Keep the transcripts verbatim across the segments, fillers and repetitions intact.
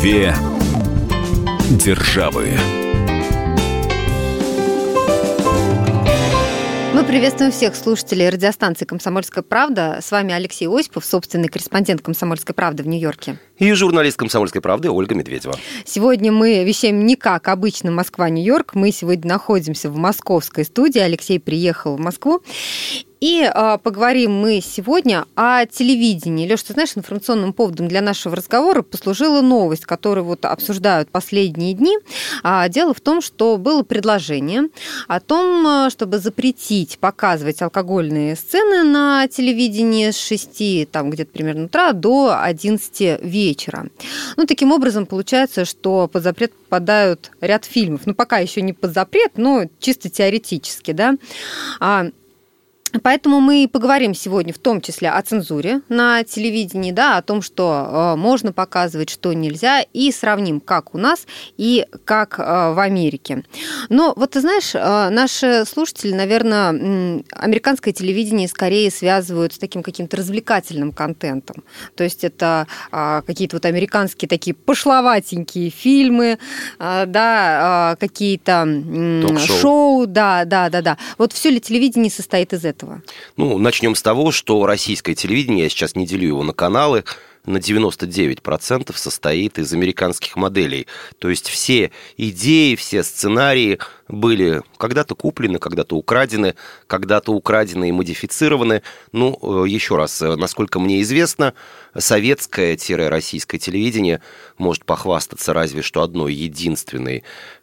Две державы. Мы приветствуем всех слушателей радиостанции «Комсомольская правда». С вами Алексей Осипов, собственный корреспондент «Комсомольской правды» в Нью-Йорке. И журналист «Комсомольской правды» Ольга Медведева. Сегодня мы вещаем не как обычно Москва-Нью-Йорк. Мы сегодня находимся в московской студии. Алексей приехал в Москву. И э, поговорим мы сегодня о телевидении. Лёш, ты знаешь, информационным поводом для нашего разговора послужила новость, которую вот обсуждают последние дни. А, дело в том, что было предложение о том, чтобы запретить показывать алкогольные сцены на телевидении с шести, там где-то примерно утра, до одиннадцати вечера. Ну, таким образом, получается, что под запрет попадают ряд фильмов. Ну, пока еще не под запрет, но чисто теоретически, да. А, Поэтому мы и поговорим сегодня в том числе о цензуре на телевидении, да, о том, что можно показывать, что нельзя, и сравним, как у нас и как в Америке. Но вот ты знаешь, наши слушатели, наверное, американское телевидение скорее связывают с таким каким-то развлекательным контентом. То есть это какие-то вот американские такие пошловатенькие фильмы, да, какие-то Ток-шоу. шоу, да, да, да, да. Вот все ли телевидение состоит из этого? Ну, начнем с того, что российское телевидение, я сейчас не делю его на каналы, на девяносто девять процентов состоит из американских моделей. То есть все идеи, все сценарии были когда-то куплены, когда-то украдены, когда-то украдены и модифицированы. Ну, еще раз, насколько мне известно, советское-российское телевидение может похвастаться разве что одной единственной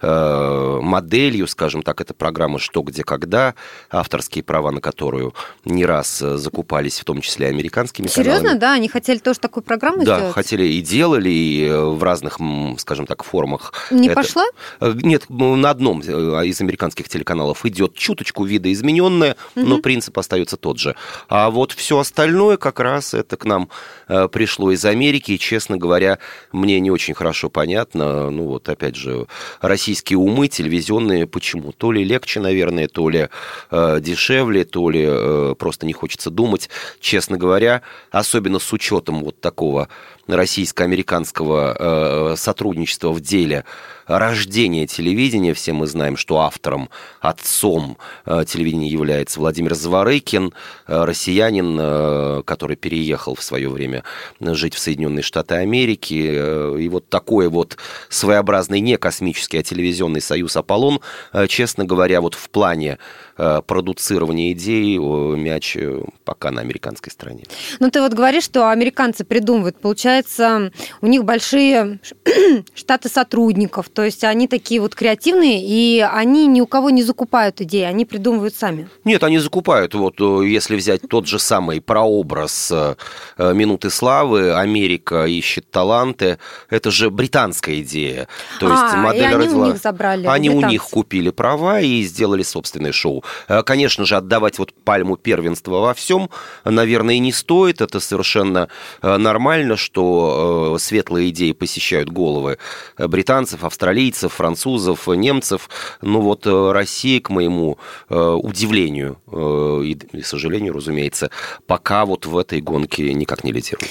э, моделью, скажем так, это программа «Что, где, когда», авторские права на которую не раз закупались, в том числе американскими каналами. Серьезно, да? Они хотели тоже такую программу да, сделать? Да, хотели и делали, и в разных, скажем так, формах. Не это... пошла? Нет, на одном из американских телеканалов идет чуточку видоизмененное, угу. но принцип остается тот же. А вот все остальное как раз это к нам пришло из Америки, и, честно говоря, мне не очень хорошо понятно, ну вот опять же, российские умы телевизионные, почему? То ли легче, наверное, то ли э, дешевле, то ли э, просто не хочется думать, честно говоря, особенно с учетом вот такого российско-американского э, сотрудничества в деле рождения телевидения. Все мы знаем, что автором, отцом э, телевидения является Владимир Заворыкин, э, россиянин, э, который переехал в свое время жить в Соединенные Штаты Америки. Э, и вот такой вот своеобразный не космический, а телевизионный союз «Аполлон», э, честно говоря, вот в плане э, продуцирования идей э, мяч э, пока на американской стороне. Ну, ты вот говоришь, что американцы придумывают, получается, у них большие штаты сотрудников, то есть они такие вот креативные, и они ни у кого не закупают идеи, они придумывают сами. Нет, они закупают. Вот если взять тот же самый прообраз «Минуты славы», Америка ищет таланты, это же британская идея. То есть а, модель и они развила... у них забрали. Они британцы. у них купили права и сделали собственное шоу. Конечно же, отдавать вот пальму первенства во всем, наверное, и не стоит. Это совершенно нормально, что светлые идеи посещают головы британцев, австралийцев, французов, немцев. Но вот Россия, к моему удивлению и, и сожалению, разумеется, пока вот в этой гонке никак не лидирует.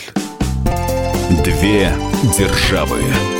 Две державы.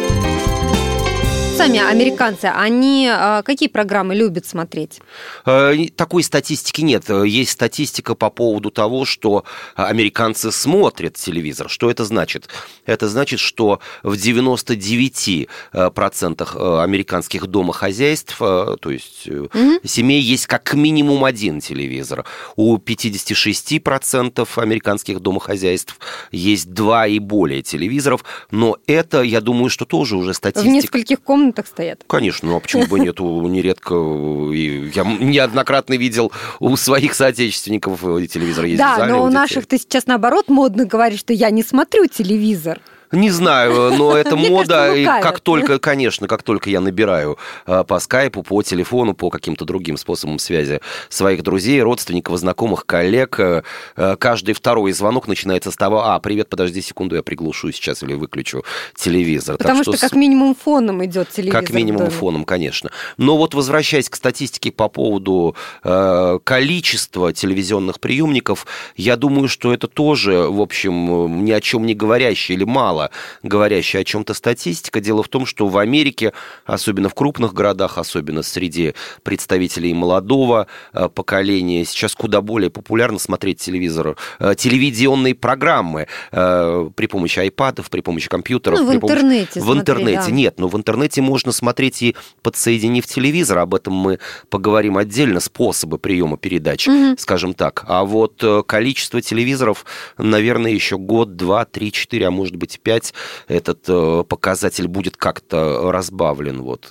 Сами американцы, они какие программы любят смотреть? Такой статистики нет. Есть статистика по поводу того, что американцы смотрят телевизор. Что это значит? Это значит, что в девяноста девяти процентах американских домохозяйств, то есть mm-hmm. семей, есть как минимум один телевизор. У пятидесяти шести процентов американских домохозяйств есть два и более телевизоров. Но это, я думаю, что тоже уже статистика. В нескольких комнатах стоят. Конечно, ну а почему бы нету? Нередко, я неоднократно видел у своих соотечественников телевизор есть. Да, но у наших ты сейчас наоборот модно говоришь, что я не смотрю телевизор. Не знаю, но это мода, кажется, и как только, конечно, как только я набираю по скайпу, по телефону, по каким-то другим способам связи своих друзей, родственников, знакомых, коллег, каждый второй звонок начинается с того: а, привет, подожди секунду, я приглушу сейчас или выключу телевизор. Потому так что, что как минимум фоном идет телевизор. Как минимум фоном, конечно. Но вот возвращаясь к статистике по поводу э, количества телевизионных приемников, я думаю, что это тоже, в общем, ни о чем не говорящее или мало. мало говорящая о чем-то статистика. Дело в том, что в Америке, особенно в крупных городах, особенно среди представителей молодого поколения, сейчас куда более популярно смотреть телевизор, телевизионные программы при помощи айпадов, при помощи компьютеров. Ну, в при интернете помощи... В интернете, да. Нет, но в интернете можно смотреть и подсоединив телевизор. Об этом мы поговорим отдельно, способы приема передач, угу. скажем так. А вот количество телевизоров, наверное, еще год, два, три, четыре, а может быть пять, этот показатель будет как-то разбавлен вот,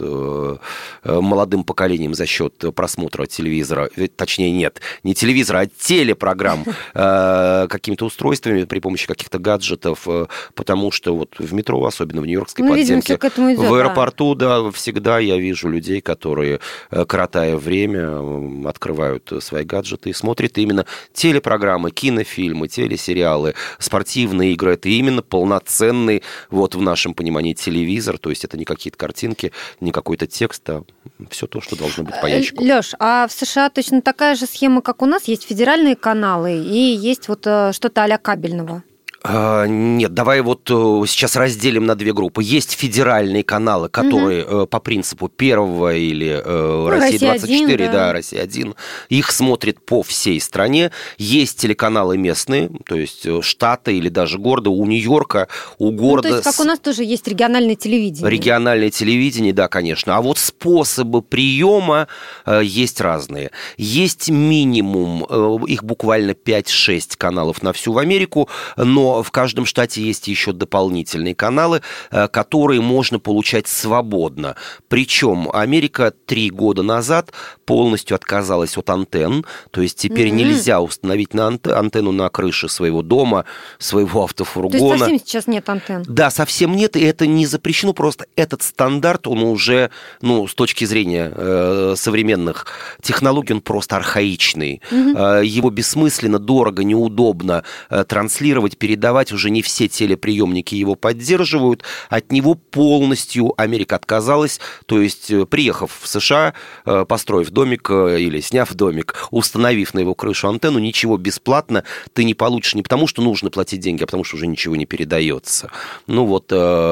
молодым поколением за счет просмотра телевизора. Точнее, нет, не телевизора, а телепрограмм какими-то устройствами при помощи каких-то гаджетов, потому что вот в метро, особенно в Нью-Йоркской ну, подземке, видимо, идет, в аэропорту, да. да, всегда я вижу людей, которые, коротая время, открывают свои гаджеты и смотрят именно телепрограммы, кинофильмы, телесериалы, спортивные игры. Это именно полноценный, вот в нашем понимании, телевизор, то есть это не какие-то картинки, не какой-то текст, а все то, что должно быть по ящику. Лёш, а в США точно такая же схема, как у нас? Есть федеральные каналы и есть вот что-то а-ля кабельного? Нет, давай вот сейчас разделим на две группы. Есть федеральные каналы, которые угу. по принципу первого или ну, Россия двадцать четыре, да. да, Россия один, их смотрят по всей стране. Есть телеканалы местные, то есть штаты или даже города, у Нью-Йорка, у города... Ну, то есть как у нас тоже есть региональное телевидение. Региональное телевидение, да, конечно. А вот способы приема есть разные. Есть минимум, их буквально пять-шесть каналов на всю Америку, но в каждом штате есть еще дополнительные каналы, которые можно получать свободно. Причем Америка три года назад полностью отказалась от антенн, то есть теперь mm-hmm. нельзя установить на антенну на крыше своего дома, своего автофургона. То есть совсем сейчас нет антенн? Да, совсем нет, и это не запрещено, просто этот стандарт, он уже, ну, с точки зрения э, современных технологий, он просто архаичный. Mm-hmm. Э, его бессмысленно, дорого, неудобно э, транслировать, передавать. Уже не все телеприемники его поддерживают. От него полностью Америка отказалась. То есть, приехав в США, построив домик или сняв домик, установив на его крышу антенну, ничего бесплатно ты не получишь. Не потому, что нужно платить деньги, а потому, что уже ничего не передается. Ну вот.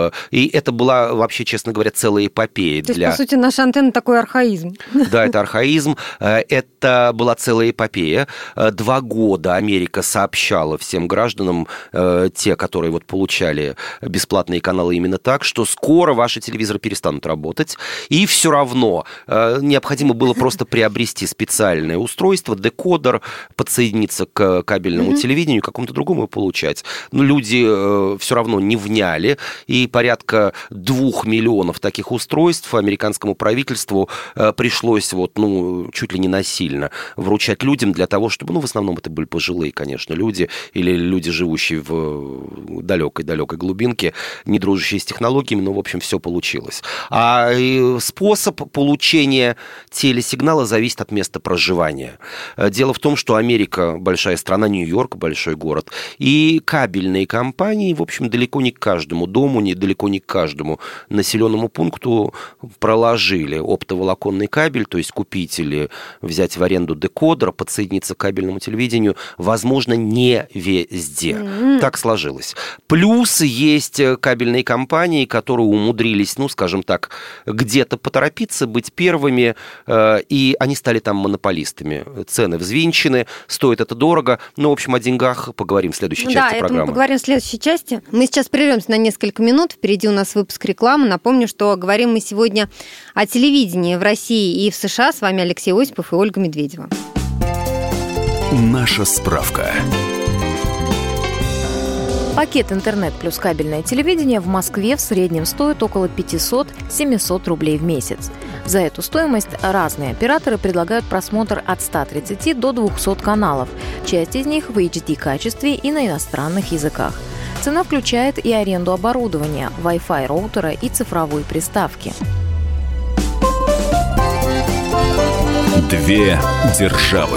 И это была, вообще, честно говоря, целая эпопея. То для... есть, по сути, наша антенна такой архаизм. Да, это архаизм. Это была целая эпопея. Два года Америка сообщала всем гражданам, те, которые вот получали бесплатные каналы именно так, что скоро ваши телевизоры перестанут работать, и все равно э, необходимо было просто приобрести специальное устройство, декодер, подсоединиться к кабельному mm-hmm. телевидению, какому-то другому и получать. Но люди э, все равно не вняли, и порядка двух миллионов таких устройств американскому правительству э, пришлось вот, ну, чуть ли не насильно вручать людям для того, чтобы, ну, в основном это были пожилые, конечно, люди, или люди, живущие в далекой-далекой глубинке, не дружащие с технологиями, но, в общем, все получилось. А способ получения телесигнала зависит от места проживания. Дело в том, что Америка большая страна, Нью-Йорк большой город, и кабельные компании, в общем, далеко не к каждому дому, не, далеко не к каждому населенному пункту проложили оптоволоконный кабель, то есть купить или взять в аренду декодер, подсоединиться к кабельному телевидению, возможно, не везде. Mm-hmm. Так сложилось. Плюс есть кабельные компании, которые умудрились, ну, скажем так, где-то поторопиться, быть первыми, э, и они стали там монополистами. Цены взвинчены, стоит это дорого. Ну, в общем, о деньгах поговорим в следующей да, части это программы. Мы поговорим в следующей части. Мы сейчас прервемся на несколько минут. Впереди у нас выпуск рекламы. Напомню, что говорим мы сегодня о телевидении в России и в США. С вами Алексей Осипов и Ольга Медведева. Наша справка. Пакет интернет плюс кабельное телевидение в Москве в среднем стоит около пятьсот-семьсот рублей в месяц. За эту стоимость разные операторы предлагают просмотр от ста тридцати до двухсот каналов. Часть из них в эйч ди качестве и на иностранных языках. Цена включает и аренду оборудования, Wi-Fi роутера и цифровой приставки. Две державы.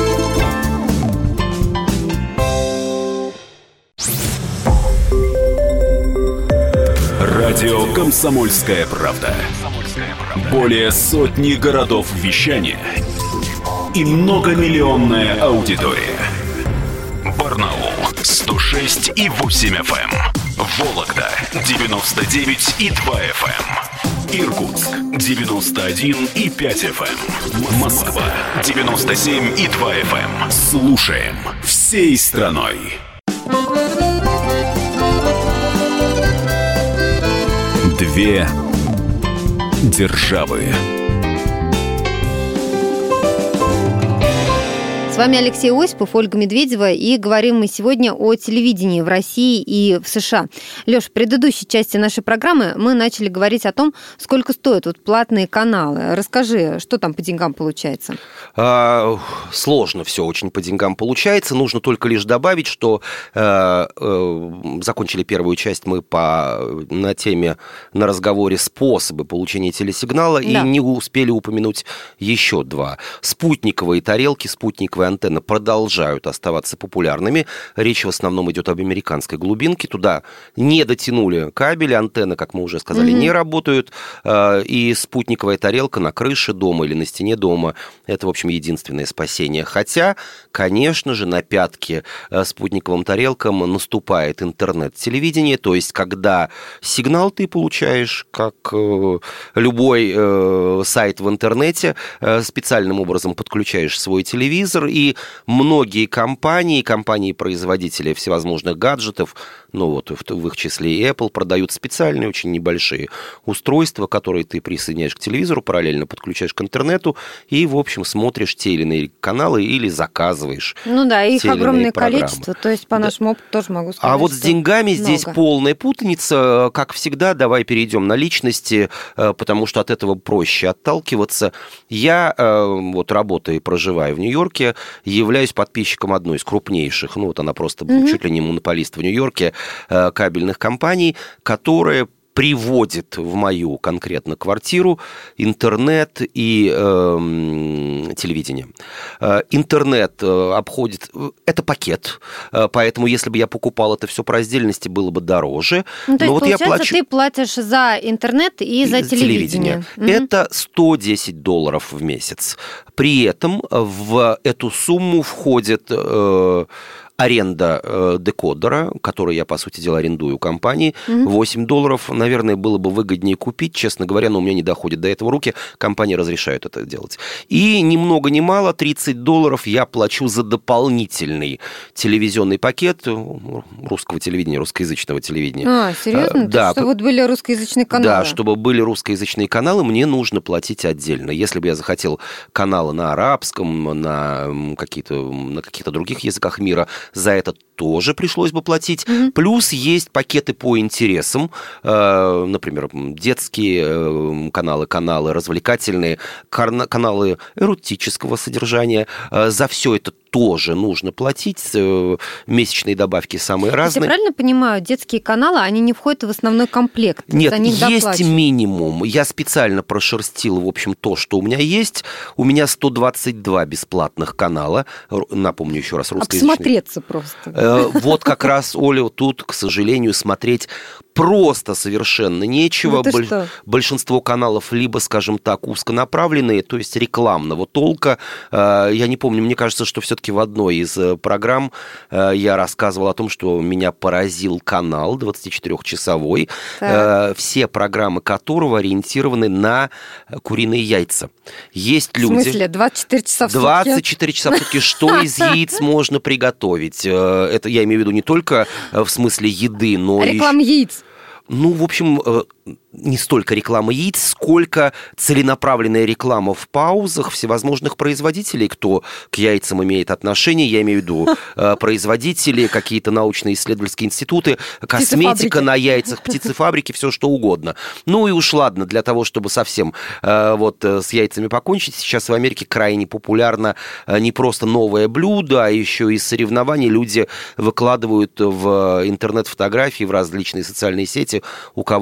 Радио «Комсомольская правда». Более сотни городов вещания и многомиллионная аудитория. Барнаул сто шесть и восемь эф эм, Вологда девяносто девять и два эф эм. Иркутск девяносто один и пять эф эм. Москва девяносто семь и два эф эм. Слушаем всей страной. Две державы. С вами Алексей Осипов, Ольга Медведева, и говорим мы сегодня о телевидении в России и в США. Лёш, в предыдущей части нашей программы мы начали говорить о том, сколько стоят вот платные каналы. Расскажи, что там по деньгам получается? А, сложно все очень по деньгам получается. Нужно только лишь добавить, что э, э, закончили первую часть мы по, на теме, на разговоре способы получения телесигнала, да. И не успели упомянуть еще два. Спутниковые тарелки, спутниковые антенны продолжают оставаться популярными. Речь в основном идет об американской глубинке. Туда не дотянули кабели, антенны, как мы уже сказали, mm-hmm. не работают. И спутниковая тарелка на крыше дома или на стене дома – это, в общем, единственное спасение. Хотя, конечно же, на пятки спутниковым тарелкам наступает интернет-телевидение. То есть, когда сигнал ты получаешь, как любой сайт в интернете, специальным образом подключаешь свой телевизор, и многие компании, компании-производители всевозможных гаджетов, ну вот в их числе и Apple, продают специальные, очень небольшие устройства, которые ты присоединяешь к телевизору, параллельно подключаешь к интернету и, в общем, смотришь те или иные каналы или заказываешь. Ну да, их огромное программы. количество, то есть по да. нашему опыту тоже могу сказать. А вот с деньгами много. Здесь полная путаница. Как всегда, давай перейдем на личности, потому что от этого проще отталкиваться. Я, вот работая и проживая в Нью-Йорке, являюсь подписчиком одной из крупнейших, ну вот она просто mm-hmm. чуть ли не монополист в Нью-Йорке, кабельных компаний, которая приводит в мою конкретно квартиру интернет и э, телевидение. Интернет обходит... Это пакет, поэтому если бы я покупал это все по раздельности, было бы дороже. Ну, то есть, но вот получается, я плачу... ты платишь за интернет и, и за телевидение. телевидение. Угу. Это сто десять долларов в месяц. При этом в эту сумму входит... Э, аренда э, декодера, который я, по сути дела, арендую у компании, mm-hmm. восемь долларов, наверное, было бы выгоднее купить, честно говоря, но у меня не доходит до этого руки, компании разрешают это делать. И ни много ни мало, тридцать долларов я плачу за дополнительный телевизионный пакет русского телевидения, русскоязычного телевидения. А, серьезно? А, да. Чтобы вот были русскоязычные каналы? Да, чтобы были русскоязычные каналы, мне нужно платить отдельно. Если бы я захотел каналы на арабском, на, какие-то, на каких-то других языках мира, за это тоже пришлось бы платить. Mm-hmm. Плюс есть пакеты по интересам, э, например, детские э, каналы, каналы развлекательные, кар- каналы эротического содержания. Э, за все это тоже нужно платить. Э, месячные добавки самые разные. Я правильно понимаю, детские каналы, они не входят в основной комплект? Нет, есть минимум. Я специально прошерстил, в общем, то, что у меня есть. У меня сто двадцать два бесплатных канала. Напомню еще раз, русскоязычные. Обсмотреться просто. Э, вот как раз, Оля, тут, к сожалению, смотреть просто совершенно нечего. Ну, Боль... Большинство каналов либо, скажем так, узконаправленные, то есть рекламного толка. Я не помню, мне кажется, что все-таки в одной из программ я рассказывал о том, что меня поразил канал двадцатичетырёхчасовой, так. все программы которого ориентированы на куриные яйца. Есть люди... В смысле, двадцать четыре часа в сутки? двадцать четыре часа в сутки. Что из яиц можно приготовить? Это я имею в виду не только в смысле еды, но и... Реклама яиц. Ну, в общем, не столько реклама яиц, сколько целенаправленная реклама в паузах всевозможных производителей, кто к яйцам имеет отношение, я имею в виду производители, какие-то научно-исследовательские институты, косметика на яйцах, птицефабрики, все что угодно. Ну и уж ладно, для того, чтобы совсем вот с яйцами покончить, сейчас в Америке крайне популярно не просто новое блюдо, а еще и соревнования. Люди выкладывают в интернет фотографии, в различные социальные сети, у кого красивее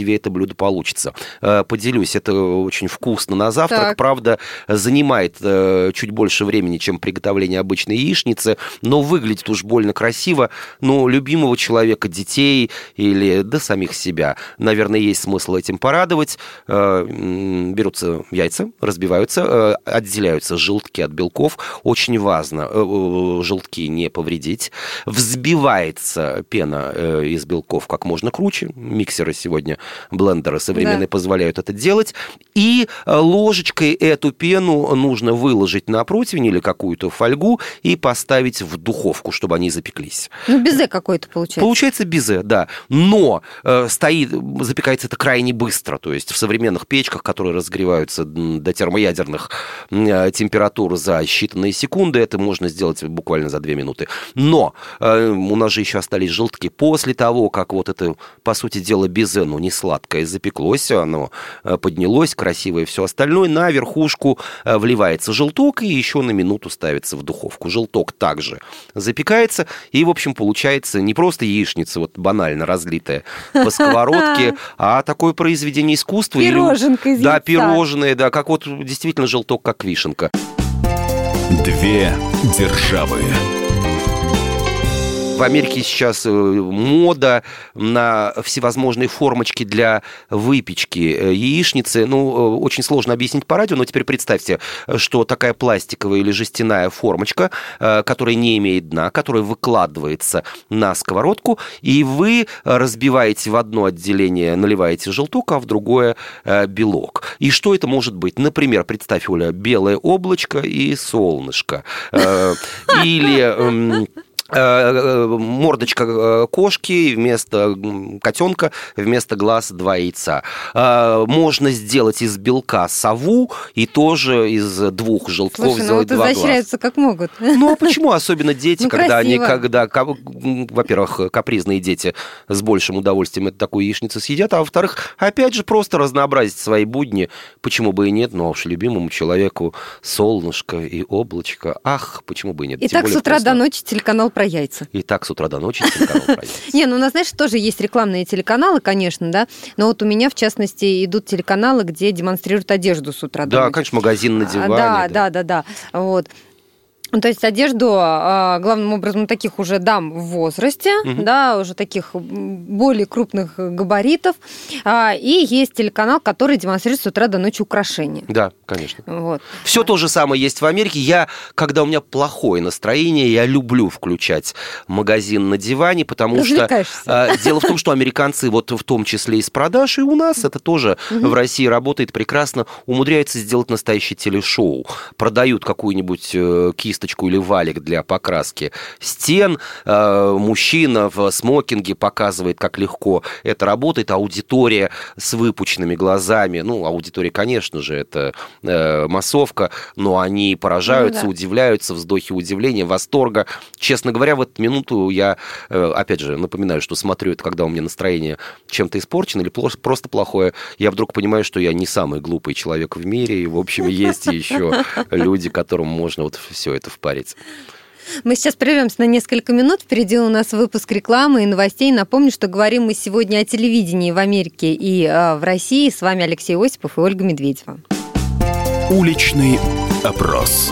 тебе это блюдо получится. Поделюсь, это очень вкусно на завтрак. Так. Правда, занимает чуть больше времени, чем приготовление обычной яичницы, но выглядит уж больно красиво. Ну, любимого человека, детей или да самих себя, наверное, есть смысл этим порадовать. Берутся яйца, разбиваются, отделяются желтки от белков. Очень важно желтки не повредить. Взбивается пена из белков как можно круче. Миксеры сегодня, блендеры современные, да, позволяют это делать. И ложечкой эту пену нужно выложить на противень или какую-то фольгу и поставить в духовку, чтобы они запеклись. Ну, безе какой-то получается. Получается безе, да. Но э, стоит, запекается это крайне быстро. То есть в современных печках, которые разогреваются до термоядерных э, температур за считанные секунды, это можно сделать буквально за две минуты. Но э, у нас же еще остались желтки. После того, как вот это, по сути дела, безе, ну, не сладкое, запеклось, оно э, поднялось, красивое и все остальное, на верхушку э, вливается желток и еще на минуту ставится в духовку. Желток также запекается, и, в общем, получается не просто яичница, вот банально разлитая по сковородке, а такое произведение искусства. Пироженка из яйца. Да, пирожное, да, как вот действительно желток, как вишенка. Две державы. В Америке сейчас мода на всевозможные формочки для выпечки яичницы. Ну, очень сложно объяснить по радио, но теперь представьте, что такая пластиковая или жестяная формочка, которая не имеет дна, которая выкладывается на сковородку, и вы разбиваете в одно отделение, наливаете желток, а в другое белок. И что это может быть? Например, представь, Оля, белое облачко и солнышко. Или... мордочка кошки вместо котенка, вместо глаз два яйца. Можно сделать из белка сову и тоже из двух желтков. Слушай, сделать ну вот два изощряются глаза. Как могут. Ну, а почему особенно дети, ну, когда красиво. они, когда, во-первых, капризные дети с большим удовольствием эту такую яичницу съедят, а во-вторых, опять же, просто разнообразить свои будни. Почему бы и нет? Ну, а уж любимому человеку солнышко и облачко. Ах, почему бы и нет? И так с утра вкусно. До ночи телеканал про яйца. И так с утра до ночи телеканал про яйца. Не, ну у нас, знаешь, тоже есть рекламные телеканалы, конечно, да, но вот у меня, в частности, идут телеканалы, где демонстрируют одежду с утра до ночи. Да, конечно, магазин на диване. Да, да, да, да, вот. То есть одежду, главным образом, таких уже дам в возрасте, угу. да, уже таких более крупных габаритов. И есть телеканал, который демонстрирует с утра до ночи украшения. Да, конечно. Вот. Все то же самое есть в Америке. Я, когда у меня плохое настроение, я люблю включать магазин на диване, потому что дело в том, что американцы, вот в том числе из продаж, и у нас это тоже угу. в России работает прекрасно, умудряются сделать настоящее телешоу. Продают какую-нибудь кисть или валик для покраски стен. Мужчина в смокинге показывает, как легко это работает. Аудитория с выпученными глазами. Ну, аудитория, конечно же, это массовка, но они поражаются, ну, да. удивляются, вздохи удивления, восторга. Честно говоря, в эту минуту я, опять же, напоминаю, что смотрю это, когда у меня настроение чем-то испорчено или просто плохое. Я вдруг понимаю, что я не самый глупый человек в мире, и, в общем, есть еще люди, которым можно вот все это впарить. Мы сейчас прервемся на несколько минут. Впереди у нас выпуск рекламы и новостей. Напомню, что говорим мы сегодня о телевидении в Америке и э, в России. С вами Алексей Осипов и Ольга Медведева. Уличный опрос.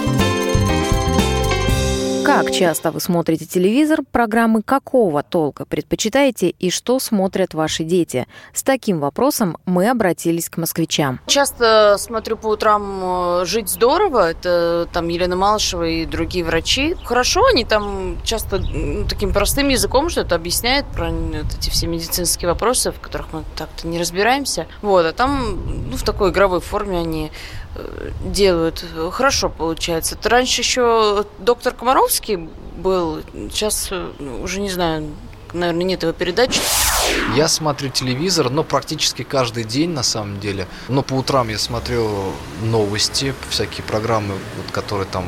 Как часто вы смотрите телевизор, программы какого толка предпочитаете и что смотрят ваши дети? С таким вопросом мы обратились к москвичам. Часто смотрю по утрам «Жить здорово», это там Елена Малышева и другие врачи. Хорошо, они там часто ну, таким простым языком что-то объясняют про вот эти все медицинские вопросы, в которых мы так-то не разбираемся. Вот, а там ну, в такой игровой форме они делают. Хорошо получается. Это раньше еще доктор Комаровский был, сейчас уже не знаю, наверное, нет его передач. Я смотрю телевизор, но практически каждый день, на самом деле. Но по утрам я смотрю новости, всякие программы, вот, которые там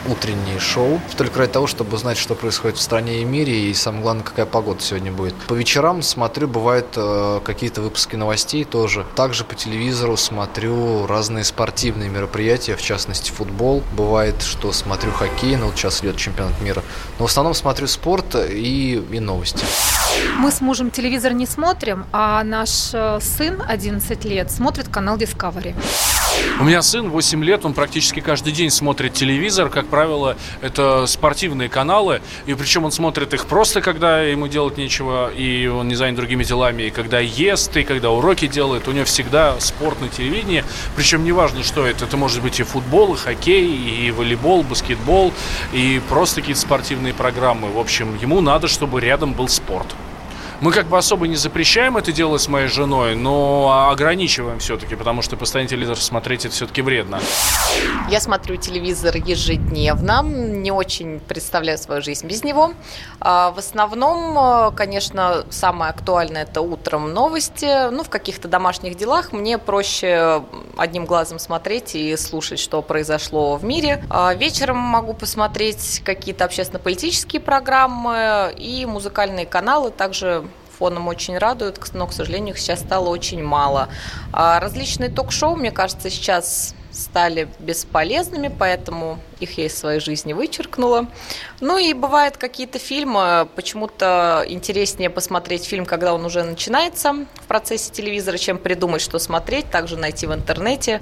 утренние шоу, только ради того, чтобы узнать, что происходит в стране и мире, и самое главное, какая погода сегодня будет. По вечерам смотрю, бывают э, какие-то выпуски новостей тоже. Также по телевизору смотрю разные спортивные мероприятия, в частности футбол. Бывает, что смотрю хоккей, но вот сейчас идет чемпионат мира. Но в основном смотрю спорт и, и новости. Мы с мужем телевизор не смотрим, а наш сын одиннадцать лет смотрит канал Discovery. У меня сын восемь лет, он практически каждый день смотрит телевизор. Как правило, это спортивные каналы. И причем он смотрит их просто, когда ему делать нечего, и он не занят другими делами. И когда ест, и когда уроки делает. У него всегда спорт на телевидении. Причем неважно, что это. Это может быть и футбол, и хоккей, и волейбол, баскетбол, и просто какие-то спортивные программы. В общем, ему надо, чтобы рядом был спорт. Мы как бы особо не запрещаем это делать с моей женой, но ограничиваем все-таки, потому что постоянно телевизор смотреть это все-таки вредно. Я смотрю телевизор ежедневно, не очень представляю свою жизнь без него. В основном, конечно, самое актуальное – это утром новости. Ну, в каких-то домашних делах мне проще одним глазом смотреть и слушать, что произошло в мире. Вечером могу посмотреть какие-то общественно-политические программы и музыкальные каналы, также фоном очень радуют, но, к сожалению, их сейчас стало очень мало. Различные ток-шоу, мне кажется, сейчас стали бесполезными, поэтому их я из своей жизни вычеркнула. Ну и бывают какие-то фильмы, почему-то интереснее посмотреть фильм, когда он уже начинается в процессе телевизора, чем придумать, что смотреть, также найти в интернете.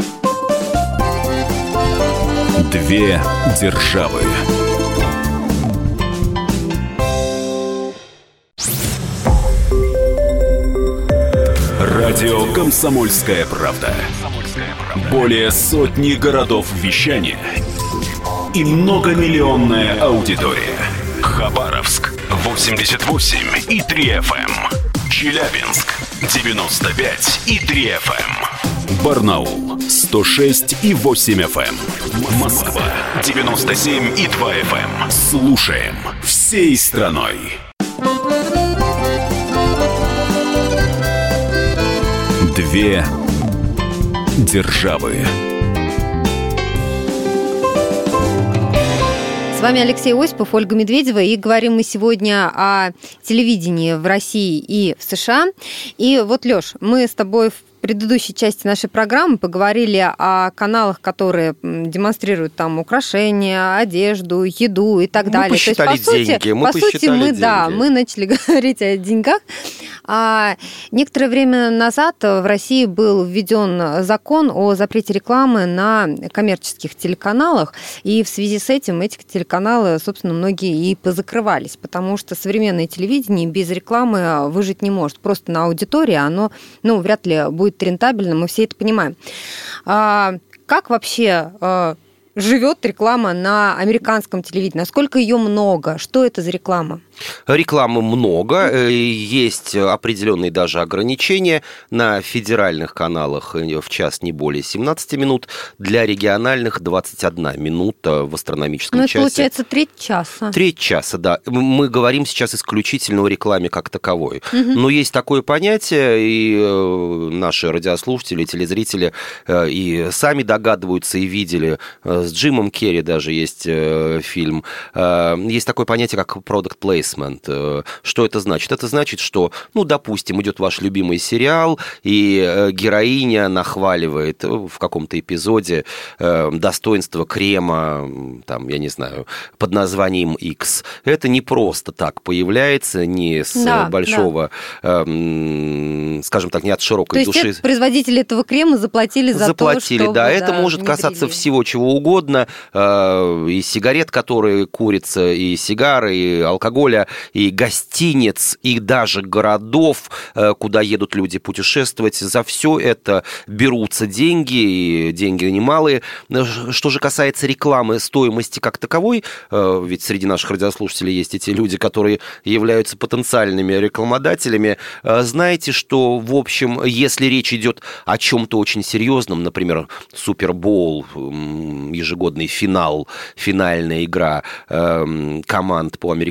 Две державы. Радио «Комсомольская правда». Более сотни городов вещания и многомиллионная аудитория. Хабаровск восемьдесят восемь и три эф эм. Челябинск девяносто пять и три эф эм. Барнаул сто шесть и восемь эф эм. Москва девяносто семь и два эф эм. Слушаем всей страной. Две державы. С вами Алексей Осипов, Ольга Медведева, и говорим мы сегодня о телевидении в России и в США. И вот, Лёш, мы с тобой в предыдущей части нашей программы поговорили о каналах, которые демонстрируют там украшения, одежду, еду и так мы далее. Посчитали То есть, по деньги, сути, мы по сути, мы, деньги. да, мы начали говорить о деньгах. А некоторое время назад в России был введен закон о запрете рекламы на коммерческих телеканалах, и в связи с этим эти телеканалы, собственно, многие и позакрывались, потому что современное телевидение без рекламы выжить не может. Просто на аудитории оно, ну, вряд ли будет рентабельно, мы все это понимаем. А как вообще живет реклама на американском телевидении? Насколько ее много? Что это за реклама? Рекламы много, есть определенные даже ограничения. На федеральных каналах в час не более семнадцать минут, для региональных двадцать одна минута в астрономическом ну, часе. Ну, это получается треть часа. Треть часа, да. Мы говорим сейчас исключительно о рекламе как таковой. Угу. Но есть такое понятие, и наши радиослушатели, телезрители и сами догадываются, и видели. С Джимом Керри даже есть фильм. Есть такое понятие, как product placement. Что это значит? Это значит, что, ну, допустим, идет ваш любимый сериал, и героиня нахваливает в каком-то эпизоде достоинство крема, там, я не знаю, под названием X. Это не просто так появляется, не с да, большого, да. э, скажем так, не от широкой то души. То есть производители этого крема заплатили за заплатили, то, что... да, вы, это да, может касаться всего, чего угодно, э, и сигарет, которые курятся, и сигары, и алкоголя, и гостиниц, и даже городов, куда едут люди путешествовать. За все это берутся деньги, и деньги немалые. Что же касается рекламы, стоимости как таковой, ведь среди наших радиослушателей есть эти люди, которые являются потенциальными рекламодателями, знаете, что, в общем, если речь идет о чем-то очень серьезном, например, Супербоул, ежегодный финал, финальная игра команд по американскому футболу,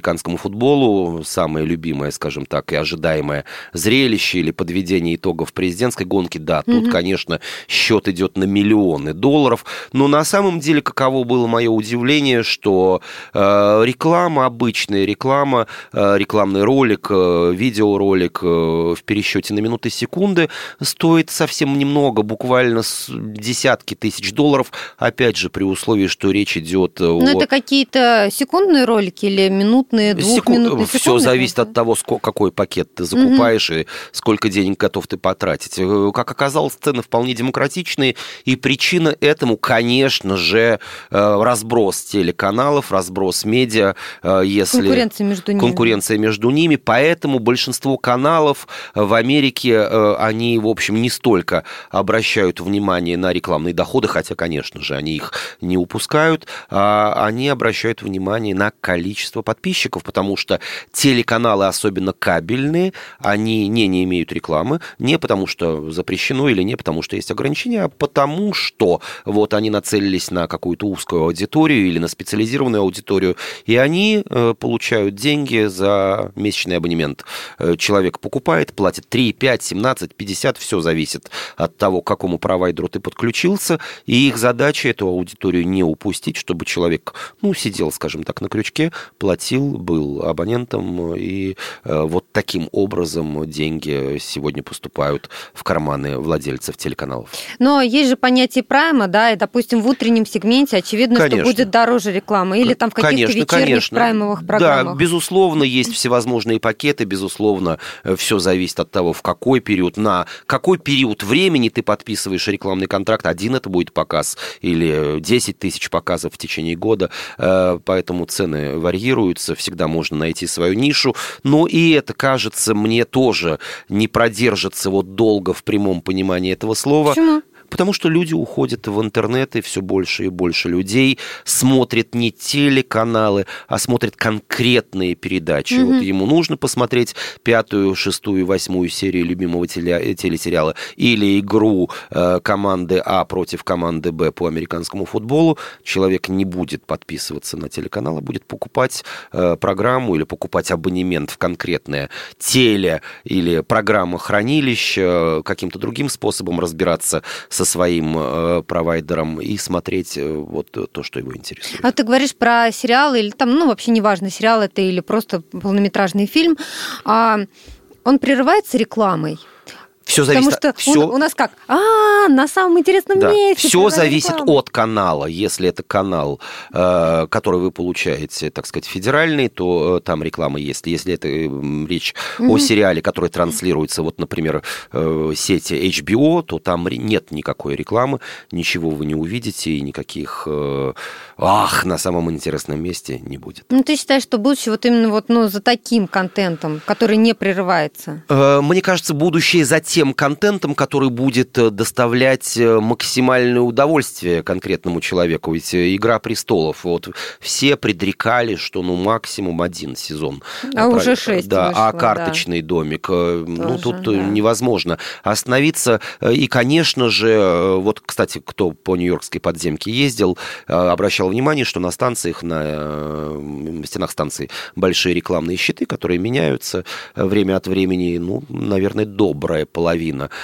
футболу самое любимое, скажем так, и ожидаемое зрелище или подведение итогов президентской гонки, да, тут, mm-hmm. конечно, счет идет на миллионы долларов, но на самом деле каково было мое удивление, что э, реклама, обычная реклама, э, рекламный ролик, э, видеоролик э, в пересчете на минуты и секунды стоит совсем немного, буквально десятки тысяч долларов, опять же, при условии, что речь идет о... Но это какие-то секундные ролики или минутные, двухминутные? Секунд... Все зависит от того, сколько, какой пакет ты закупаешь угу. и сколько денег готов ты потратить. Как оказалось, цены вполне демократичные, и причина этому, конечно же, разброс телеканалов, разброс медиа, если... Конкуренция между ними. Конкуренция между ними, поэтому большинство каналов в Америке, они, в общем, не столько обращают внимание на рекламные доходы, хотя, конечно же, они их не упускают, а они обращают внимание на количество подписчиков, потому что телеканалы, особенно кабельные, они не, не имеют рекламы, не потому что запрещено или не потому что есть ограничения, а потому что вот они нацелились на какую-то узкую аудиторию или на специализированную аудиторию, и они э, получают деньги за месячный абонемент. Человек покупает, платит три, пять, семнадцать, пятьдесят, все зависит от того, к какому провайдеру ты подключился, и их задача эту аудиторию не упустить, чтобы человек, ну, сидел, скажем так, на крючке, платил, был абонентом, и э, вот таким образом деньги сегодня поступают в карманы владельцев телеканалов. Но есть же понятие прайма, да, и, допустим, в утреннем сегменте очевидно, конечно. Что будет дороже реклама, или там в каких-то конечно, вечерних конечно. Праймовых программах. Да, безусловно, есть всевозможные пакеты, безусловно, все зависит от того, в какой период, на какой период времени ты подписываешь рекламный контракт. Один это будет показ или десять тысяч показов в течение года, поэтому цены варьируются, всегда можно найти свою нишу, но и это, кажется, мне тоже не продержится вот долго в прямом понимании этого слова. Почему? Потому что люди уходят в интернет, и все больше и больше людей смотрят не телеканалы, а смотрят конкретные передачи. Mm-hmm. Вот ему нужно посмотреть пятую, шестую, восьмую серию любимого теле- телесериала или игру э, команды А против команды Б по американскому футболу. Человек не будет подписываться на телеканал, а будет покупать э, программу или покупать абонемент в конкретное теле или программа-хранилище, э, каким-то другим способом разбираться с со своим э, провайдером и смотреть э, вот то, что его интересует. А ты говоришь про сериалы, или там, ну, вообще неважно, сериал это или просто полнометражный фильм, а он прерывается рекламой? Все зависит, Потому что все... у, у нас как? А, на самом интересном да. месте. Все зависит рекламу. От канала. Если это канал, э, который вы получаете, так сказать, федеральный, то э, там реклама есть. Если это э, речь mm-hmm. о сериале, который транслируется, вот, например, э, сети эйч би о, то там нет никакой рекламы, ничего вы не увидите, и никаких э, ах, на самом интересном месте не будет. Ну, ты считаешь, что будущее вот именно вот, ну, за таким контентом, который не прерывается? Э, мне кажется, будущее за тем контентом, который будет доставлять максимальное удовольствие конкретному человеку. Ведь «Игра престолов», вот все предрекали, что ну максимум один сезон. А Про... уже шесть Да, вышло, а «Карточный да. домик», Тоже, ну тут да. невозможно остановиться. И, конечно же, вот, кстати, кто по нью-йоркской подземке ездил, обращал внимание, что на станциях, на стенах станций большие рекламные щиты, которые меняются время от времени, ну, наверное, добрая половина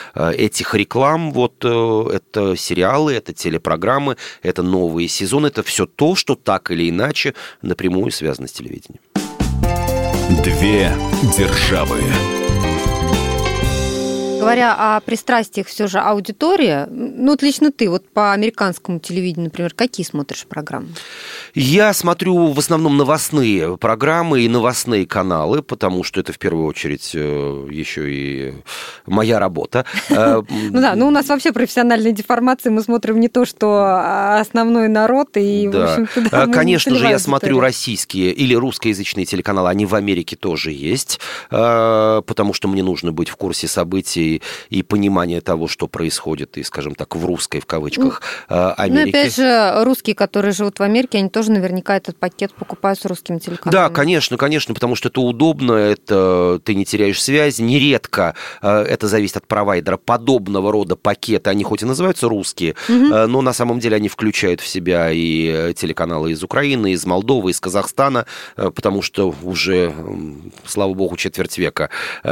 этих реклам, вот это сериалы, это телепрограммы, это новые сезоны, это все то, что так или иначе напрямую связано с телевидением. Две державы. Говоря о пристрастиях все же аудитория, ну вот лично ты, вот по американскому телевидению, например, какие смотришь программы? Я смотрю в основном новостные программы и новостные каналы, потому что это в первую очередь еще и моя работа. Ну да, ну у нас вообще профессиональная деформация, мы смотрим не то, что основной народ, и, в общем-то, конечно же, я смотрю российские или русскоязычные телеканалы, они в Америке тоже есть, потому что мне нужно быть в курсе событий и, и понимание того, что происходит, и, скажем так, в русской, в кавычках, Америке. Ну, опять же, русские, которые живут в Америке, они тоже наверняка этот пакет покупают с русскими телеканалами. Да, конечно, конечно, потому что это удобно, это ты не теряешь связь. Нередко это зависит от провайдера. Подобного рода пакеты, они хоть и называются русские, угу. но на самом деле они включают в себя и телеканалы из Украины, из Молдовы, из Казахстана, потому что уже, слава богу, четверть века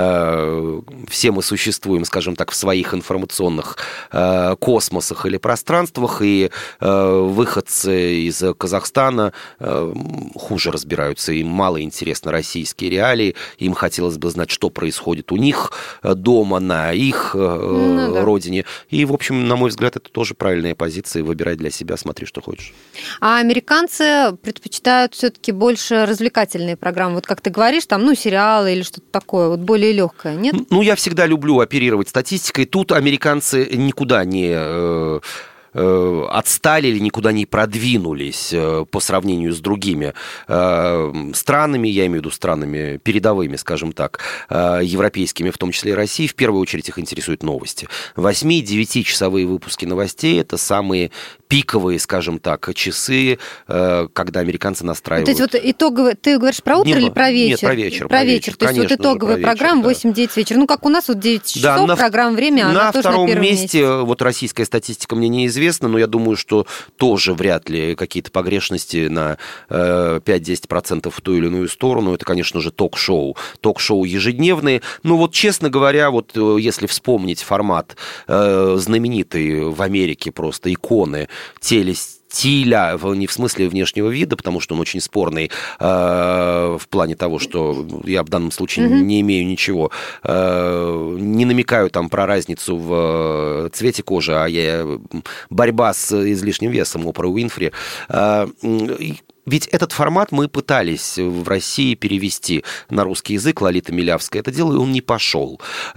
все мы существуем, скажем так, в своих информационных космосах или пространствах, и выходцы из Казахстана хуже разбираются, им мало интересно российские реалии, им хотелось бы знать, что происходит у них дома, на их ну, да. родине. И, в общем, на мой взгляд, это тоже правильная позиция. Выбирай для себя, смотри, что хочешь. А американцы предпочитают все-таки больше развлекательные программы. Вот как ты говоришь, там, ну, сериалы или что-то такое, вот более легкое, нет? Ну, я всегда люблю оперировать статистикой. Тут американцы никуда не отстали или никуда не продвинулись по сравнению с другими странами, я имею в виду странами передовыми, скажем так, европейскими, в том числе и России. В первую очередь их интересуют новости. восьми-девятичасовые выпуски новостей – это самые пиковые, скажем так, часы, когда американцы настраивают. То есть вот итоговые, ты говоришь про утро Нет, или про вечер? Нет, про вечер. Про вечер, вечер. То есть вот итоговая программа да. восемь-девять вечера. Ну, как у нас вот девять часов да, на, программа «Время», она на тоже втором на первом месте, месте. Вот российская статистика мне неизвестна, но я думаю, что тоже вряд ли какие-то погрешности на пять-десять процентов в ту или иную сторону. Это, конечно же, ток-шоу. Ток-шоу ежедневные. Ну вот, честно говоря, вот если вспомнить формат знаменитый в Америке просто иконы телестиля, стиля, не в смысле внешнего вида, потому что он очень спорный э, в плане того, что я в данном случае mm-hmm. не имею ничего, э, не намекаю там про разницу в цвете кожи, а я борьба с излишним весом Опры Уинфри. Э, Ведь этот формат мы пытались в России перевести на русский язык, Лолита Милявская это делала, и он не пошел.